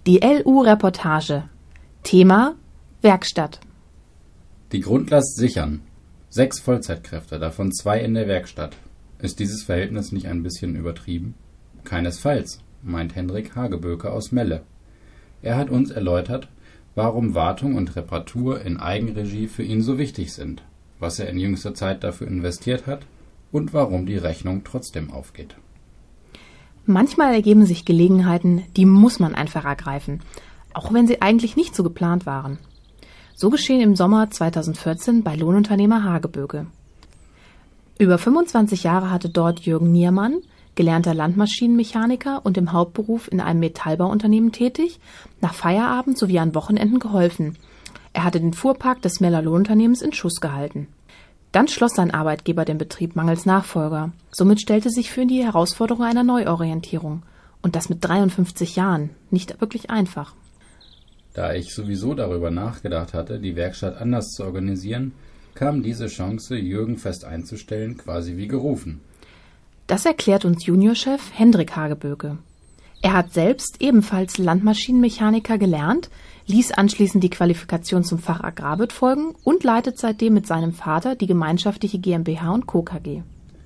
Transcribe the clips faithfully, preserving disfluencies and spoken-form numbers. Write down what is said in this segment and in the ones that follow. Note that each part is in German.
Die L U-Reportage. Thema Werkstatt. Die Grundlast sichern. Sechs Vollzeitkräfte, davon zwei in der Werkstatt. Ist dieses Verhältnis nicht ein bisschen übertrieben? Keinesfalls, meint Hendrik Hageböke aus Melle. Er hat uns erläutert, warum Wartung und Reparatur in Eigenregie für ihn so wichtig sind, was er in jüngster Zeit dafür investiert hat und warum die Rechnung trotzdem aufgeht. Manchmal ergeben sich Gelegenheiten, die muss man einfach ergreifen, auch wenn sie eigentlich nicht so geplant waren. So geschehen im Sommer zweitausendvierzehn bei Lohnunternehmer Hageböke. Über fünfundzwanzig Jahre hatte dort Jürgen Niermann, gelernter Landmaschinenmechaniker und im Hauptberuf in einem Metallbauunternehmen tätig, nach Feierabend sowie an Wochenenden geholfen. Er hatte den Fuhrpark des Meller Lohnunternehmens in Schuss gehalten. Dann schloss sein Arbeitgeber den Betrieb mangels Nachfolger. Somit stellte sich für ihn die Herausforderung einer Neuorientierung. Und das mit dreiundfünfzig Jahren. Nicht wirklich einfach. Da ich sowieso darüber nachgedacht hatte, die Werkstatt anders zu organisieren, kam diese Chance, Jürgen fest einzustellen, quasi wie gerufen. Das erklärt uns Juniorchef Hendrik Hageböke. Er hat selbst ebenfalls Landmaschinenmechaniker gelernt, ließ anschließend die Qualifikation zum Fach Agrarwirt folgen und leitet seitdem mit seinem Vater die gemeinschaftliche GmbH und Co. KG.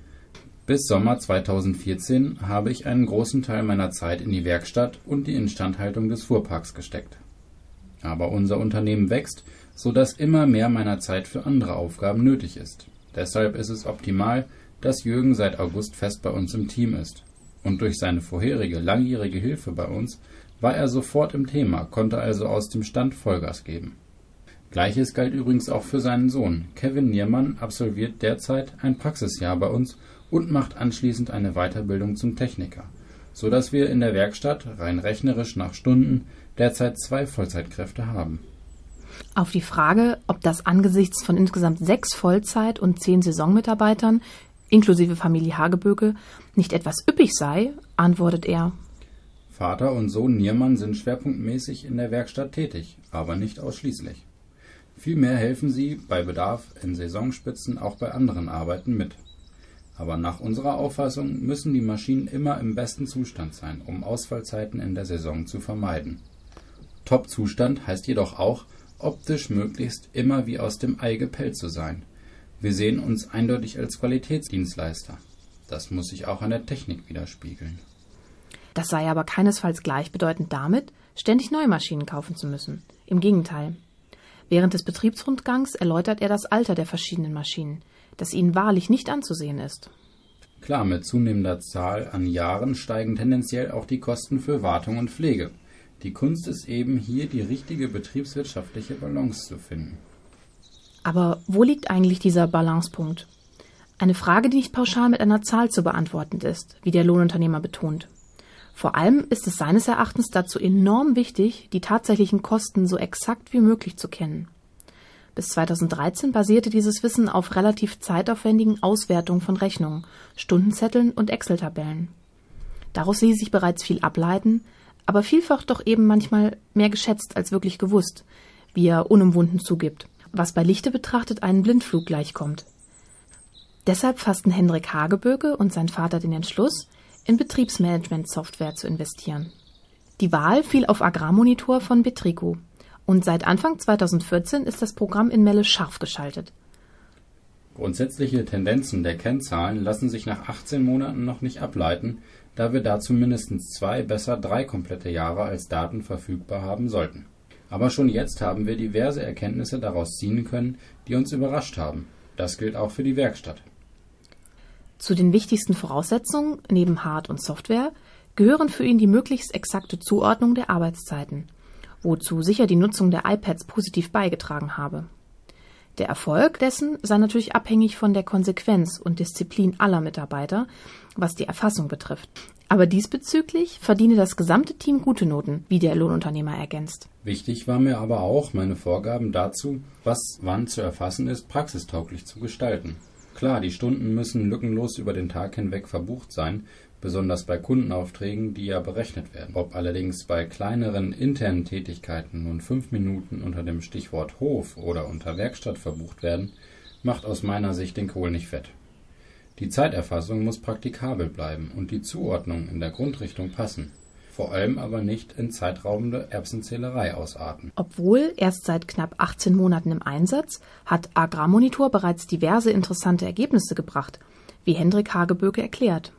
Bis Sommer zweitausendvierzehn habe ich einen großen Teil meiner Zeit in die Werkstatt und die Instandhaltung des Fuhrparks gesteckt. Aber unser Unternehmen wächst, sodass immer mehr meiner Zeit für andere Aufgaben nötig ist. Deshalb ist es optimal, dass Jürgen seit August fest bei uns im Team ist. Und durch seine vorherige, langjährige Hilfe bei uns war er sofort im Thema, konnte also aus dem Stand Vollgas geben. Gleiches galt übrigens auch für seinen Sohn. Kevin Niermann absolviert derzeit ein Praxisjahr bei uns und macht anschließend eine Weiterbildung zum Techniker, sodass wir in der Werkstatt, rein rechnerisch nach Stunden, derzeit zwei Vollzeitkräfte haben. Auf die Frage, ob das angesichts von insgesamt sechs Vollzeit- und zehn Saisonmitarbeitern, inklusive Familie Hageböke, nicht etwas üppig sei, antwortet er: Vater und Sohn Niermann sind schwerpunktmäßig in der Werkstatt tätig, aber nicht ausschließlich. Vielmehr helfen sie bei Bedarf in Saisonspitzen auch bei anderen Arbeiten mit. Aber nach unserer Auffassung müssen die Maschinen immer im besten Zustand sein, um Ausfallzeiten in der Saison zu vermeiden. Top-Zustand heißt jedoch auch, optisch möglichst immer wie aus dem Ei gepellt zu sein. Wir sehen uns eindeutig als Qualitätsdienstleister. Das muss sich auch an der Technik widerspiegeln. Das sei aber keinesfalls gleichbedeutend damit, ständig neue Maschinen kaufen zu müssen. Im Gegenteil. Während des Betriebsrundgangs erläutert er das Alter der verschiedenen Maschinen, das ihnen wahrlich nicht anzusehen ist. Klar, mit zunehmender Zahl an Jahren steigen tendenziell auch die Kosten für Wartung und Pflege. Die Kunst ist eben hier, die richtige betriebswirtschaftliche Balance zu finden. Aber wo liegt eigentlich dieser Balancepunkt? Eine Frage, die nicht pauschal mit einer Zahl zu beantworten ist, wie der Lohnunternehmer betont. Vor allem ist es seines Erachtens dazu enorm wichtig, die tatsächlichen Kosten so exakt wie möglich zu kennen. Bis zweitausenddreizehn basierte dieses Wissen auf relativ zeitaufwendigen Auswertungen von Rechnungen, Stundenzetteln und Excel-Tabellen. Daraus ließ sich bereits viel ableiten, aber vielfach doch eben manchmal mehr geschätzt als wirklich gewusst, wie er unumwunden zugibt, was bei Lichte betrachtet einen Blindflug gleichkommt. Deshalb fassten Hendrik Hageböke und sein Vater den Entschluss, in Betriebsmanagement-Software zu investieren. Die Wahl fiel auf Agrarmonitor von Betrico und seit Anfang zweitausendvierzehn ist das Programm in Melle scharf geschaltet. Grundsätzliche Tendenzen der Kennzahlen lassen sich nach achtzehn Monaten noch nicht ableiten, da wir dazu mindestens zwei, besser drei komplette Jahre als Daten verfügbar haben sollten. Aber schon jetzt haben wir diverse Erkenntnisse daraus ziehen können, die uns überrascht haben. Das gilt auch für die Werkstatt. Zu den wichtigsten Voraussetzungen, neben Hard- und Software, gehören für ihn die möglichst exakte Zuordnung der Arbeitszeiten, wozu sicher die Nutzung der iPads positiv beigetragen habe. Der Erfolg dessen sei natürlich abhängig von der Konsequenz und Disziplin aller Mitarbeiter, was die Erfassung betrifft. Aber diesbezüglich verdiene das gesamte Team gute Noten, wie der Lohnunternehmer ergänzt. Wichtig war mir aber auch meine Vorgaben dazu, was wann zu erfassen ist, praxistauglich zu gestalten. Klar, die Stunden müssen lückenlos über den Tag hinweg verbucht sein, besonders bei Kundenaufträgen, die ja berechnet werden. Ob allerdings bei kleineren internen Tätigkeiten nun fünf Minuten unter dem Stichwort Hof oder unter Werkstatt verbucht werden, macht aus meiner Sicht den Kohl nicht fett. Die Zeiterfassung muss praktikabel bleiben und die Zuordnung in der Grundrichtung passen. vor allem aber nicht in zeitraubende Erbsenzählerei ausarten. Obwohl erst seit knapp achtzehn Monaten im Einsatz, hat Agrarmonitor bereits diverse interessante Ergebnisse gebracht, wie Hendrik Hageböke erklärt.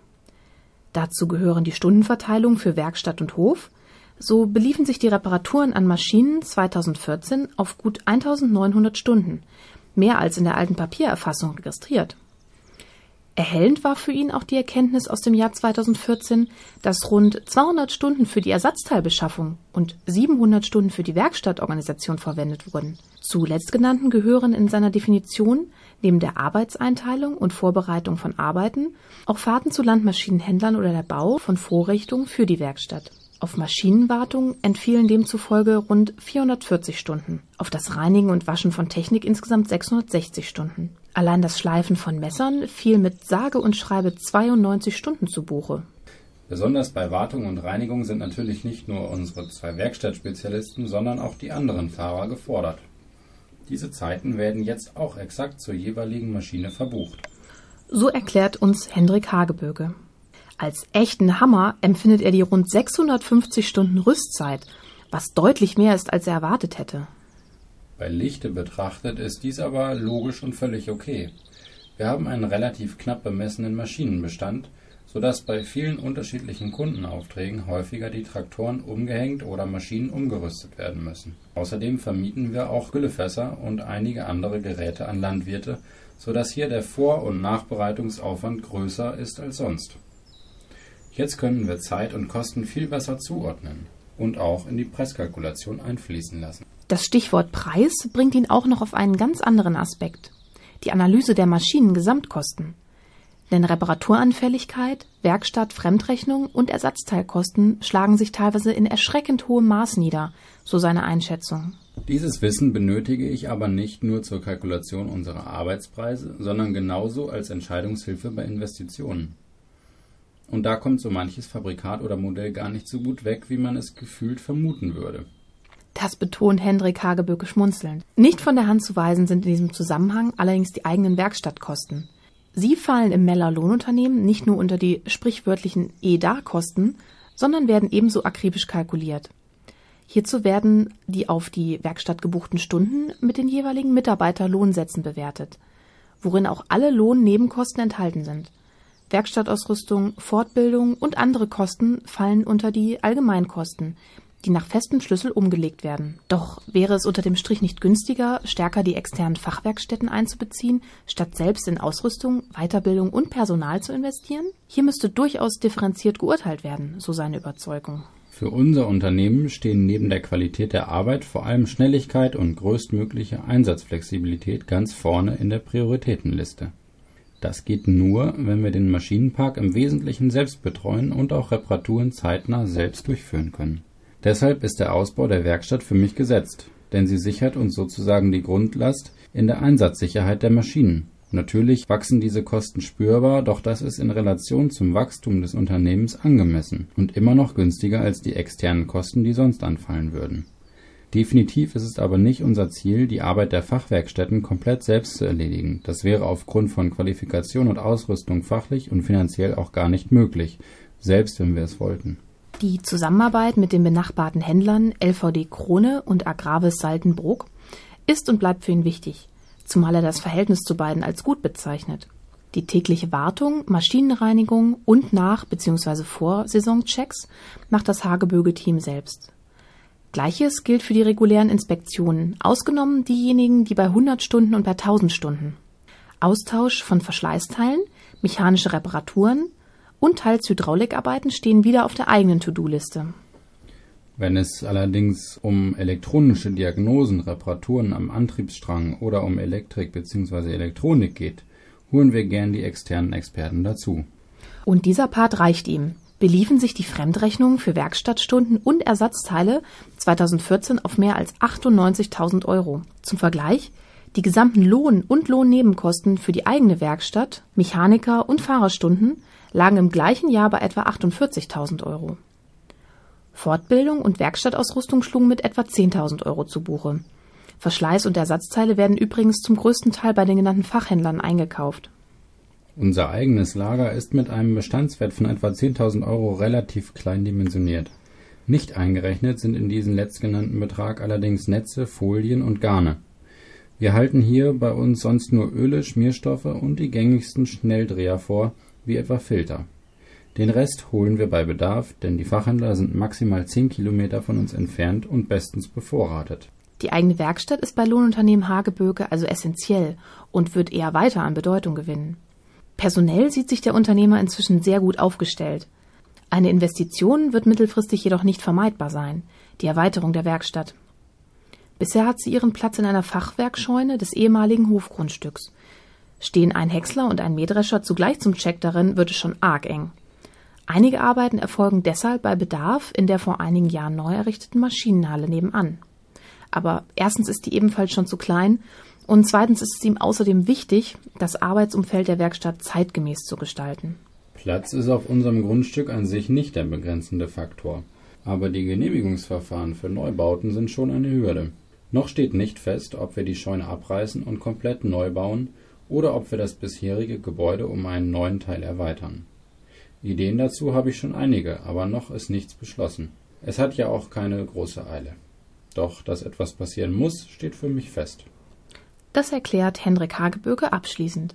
Dazu gehören die Stundenverteilung für Werkstatt und Hof. So beliefen sich die Reparaturen an Maschinen zweitausendvierzehn auf gut eintausendneunhundert Stunden, mehr als in der alten Papiererfassung registriert. Erhellend war für ihn auch die Erkenntnis aus dem Jahr zweitausendvierzehn, dass rund zweihundert Stunden für die Ersatzteilbeschaffung und siebenhundert Stunden für die Werkstattorganisation verwendet wurden. Zu letztgenannten gehören in seiner Definition neben der Arbeitseinteilung und Vorbereitung von Arbeiten auch Fahrten zu Landmaschinenhändlern oder der Bau von Vorrichtungen für die Werkstatt. Auf Maschinenwartung entfielen demzufolge rund vierhundertvierzig Stunden, auf das Reinigen und Waschen von Technik insgesamt sechshundertsechzig Stunden. Allein das Schleifen von Messern fiel mit sage und schreibe zweiundneunzig Stunden zu Buche. Besonders bei Wartung und Reinigung sind natürlich nicht nur unsere zwei Werkstattspezialisten, sondern auch die anderen Fahrer gefordert. Diese Zeiten werden jetzt auch exakt zur jeweiligen Maschine verbucht. So erklärt uns Hendrik Hageböke. Als echten Hammer empfindet er die rund sechshundertfünfzig Stunden Rüstzeit, was deutlich mehr ist, als er erwartet hätte. Bei Lichte betrachtet ist dies aber logisch und völlig okay. Wir haben einen relativ knapp bemessenen Maschinenbestand, sodass bei vielen unterschiedlichen Kundenaufträgen häufiger die Traktoren umgehängt oder Maschinen umgerüstet werden müssen. Außerdem vermieten wir auch Güllefässer und einige andere Geräte an Landwirte, sodass hier der Vor- und Nachbereitungsaufwand größer ist als sonst. Jetzt können wir Zeit und Kosten viel besser zuordnen und auch in die Preiskalkulation einfließen lassen. Das Stichwort Preis bringt ihn auch noch auf einen ganz anderen Aspekt: die Analyse der Maschinen-Gesamtkosten. Denn Reparaturanfälligkeit, Werkstatt, Fremdrechnung und Ersatzteilkosten schlagen sich teilweise in erschreckend hohem Maß nieder, so seine Einschätzung. Dieses Wissen benötige ich aber nicht nur zur Kalkulation unserer Arbeitspreise, sondern genauso als Entscheidungshilfe bei Investitionen. Und da kommt so manches Fabrikat oder Modell gar nicht so gut weg, wie man es gefühlt vermuten würde. Das betont Hendrik Hageböke schmunzelnd. Nicht von der Hand zu weisen sind in diesem Zusammenhang allerdings die eigenen Werkstattkosten. Sie fallen im Meller Lohnunternehmen nicht nur unter die sprichwörtlichen E D A-Kosten, sondern werden ebenso akribisch kalkuliert. Hierzu werden die auf die Werkstatt gebuchten Stunden mit den jeweiligen Mitarbeiterlohnsätzen bewertet, worin auch alle Lohnnebenkosten enthalten sind. Werkstattausrüstung, Fortbildung und andere Kosten fallen unter die Allgemeinkosten, die nach festem Schlüssel umgelegt werden. Doch wäre es unter dem Strich nicht günstiger, stärker die externen Fachwerkstätten einzubeziehen, statt selbst in Ausrüstung, Weiterbildung und Personal zu investieren? Hier müsste durchaus differenziert geurteilt werden, so seine Überzeugung. Für unser Unternehmen stehen neben der Qualität der Arbeit vor allem Schnelligkeit und größtmögliche Einsatzflexibilität ganz vorne in der Prioritätenliste. Das geht nur, wenn wir den Maschinenpark im Wesentlichen selbst betreuen und auch Reparaturen zeitnah selbst durchführen können. Deshalb ist der Ausbau der Werkstatt für mich gesetzt, denn sie sichert uns sozusagen die Grundlast in der Einsatzsicherheit der Maschinen. Natürlich wachsen diese Kosten spürbar, doch das ist in Relation zum Wachstum des Unternehmens angemessen und immer noch günstiger als die externen Kosten, die sonst anfallen würden. Definitiv ist es aber nicht unser Ziel, die Arbeit der Fachwerkstätten komplett selbst zu erledigen. Das wäre aufgrund von Qualifikation und Ausrüstung fachlich und finanziell auch gar nicht möglich, selbst wenn wir es wollten. Die Zusammenarbeit mit den benachbarten Händlern L V D Krone und Agravis Saltenbruck ist und bleibt für ihn wichtig, zumal er das Verhältnis zu beiden als gut bezeichnet. Die tägliche Wartung, Maschinenreinigung und Nach- bzw. Vorsaisonchecks macht das Hageböke-Team selbst. Gleiches gilt für die regulären Inspektionen, ausgenommen diejenigen, die bei hundert Stunden und bei tausend Stunden. Austausch von Verschleißteilen, mechanische Reparaturen und teils Hydraulikarbeiten stehen wieder auf der eigenen To-Do-Liste. Wenn es allerdings um elektronische Diagnosen, Reparaturen am Antriebsstrang oder um Elektrik bzw. Elektronik geht, holen wir gern die externen Experten dazu. Und dieser Part reicht ihm. Beliefen sich die Fremdrechnungen für Werkstattstunden und Ersatzteile zweitausendvierzehn auf mehr als achtundneunzigtausend Euro. Zum Vergleich: die gesamten Lohn- und Lohnnebenkosten für die eigene Werkstatt, Mechaniker und Fahrerstunden lagen im gleichen Jahr bei etwa achtundvierzigtausend Euro. Fortbildung und Werkstattausrüstung schlugen mit etwa zehntausend Euro zu Buche. Verschleiß und Ersatzteile werden übrigens zum größten Teil bei den genannten Fachhändlern eingekauft. Unser eigenes Lager ist mit einem Bestandswert von etwa zehntausend Euro relativ klein dimensioniert. Nicht eingerechnet sind in diesen letztgenannten Betrag allerdings Netze, Folien und Garne. Wir halten hier bei uns sonst nur Öle, Schmierstoffe und die gängigsten Schnelldreher vor, wie etwa Filter. Den Rest holen wir bei Bedarf, denn die Fachhändler sind maximal zehn Kilometer von uns entfernt und bestens bevorratet. Die eigene Werkstatt ist bei Lohnunternehmen Hageböke also essentiell und wird eher weiter an Bedeutung gewinnen. Personell sieht sich der Unternehmer inzwischen sehr gut aufgestellt. Eine Investition wird mittelfristig jedoch nicht vermeidbar sein, die Erweiterung der Werkstatt. Bisher hat sie ihren Platz in einer Fachwerkscheune des ehemaligen Hofgrundstücks. Stehen ein Häcksler und ein Mähdrescher zugleich zum Check darin, wird es schon arg eng. Einige Arbeiten erfolgen deshalb bei Bedarf in der vor einigen Jahren neu errichteten Maschinenhalle nebenan. Aber erstens ist die ebenfalls schon zu klein und zweitens ist es ihm außerdem wichtig, das Arbeitsumfeld der Werkstatt zeitgemäß zu gestalten. Platz ist auf unserem Grundstück an sich nicht der begrenzende Faktor. Aber die Genehmigungsverfahren für Neubauten sind schon eine Hürde. Noch steht nicht fest, ob wir die Scheune abreißen und komplett neu bauen oder ob wir das bisherige Gebäude um einen neuen Teil erweitern. Ideen dazu habe ich schon einige, aber noch ist nichts beschlossen. Es hat ja auch keine große Eile. Doch, dass etwas passieren muss, steht für mich fest. Das erklärt Hendrik Hageböke abschließend.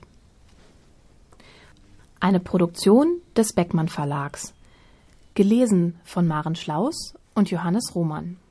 Eine Produktion des Beckmann Verlags. Gelesen von Maren Schlaus und Johannes Roman.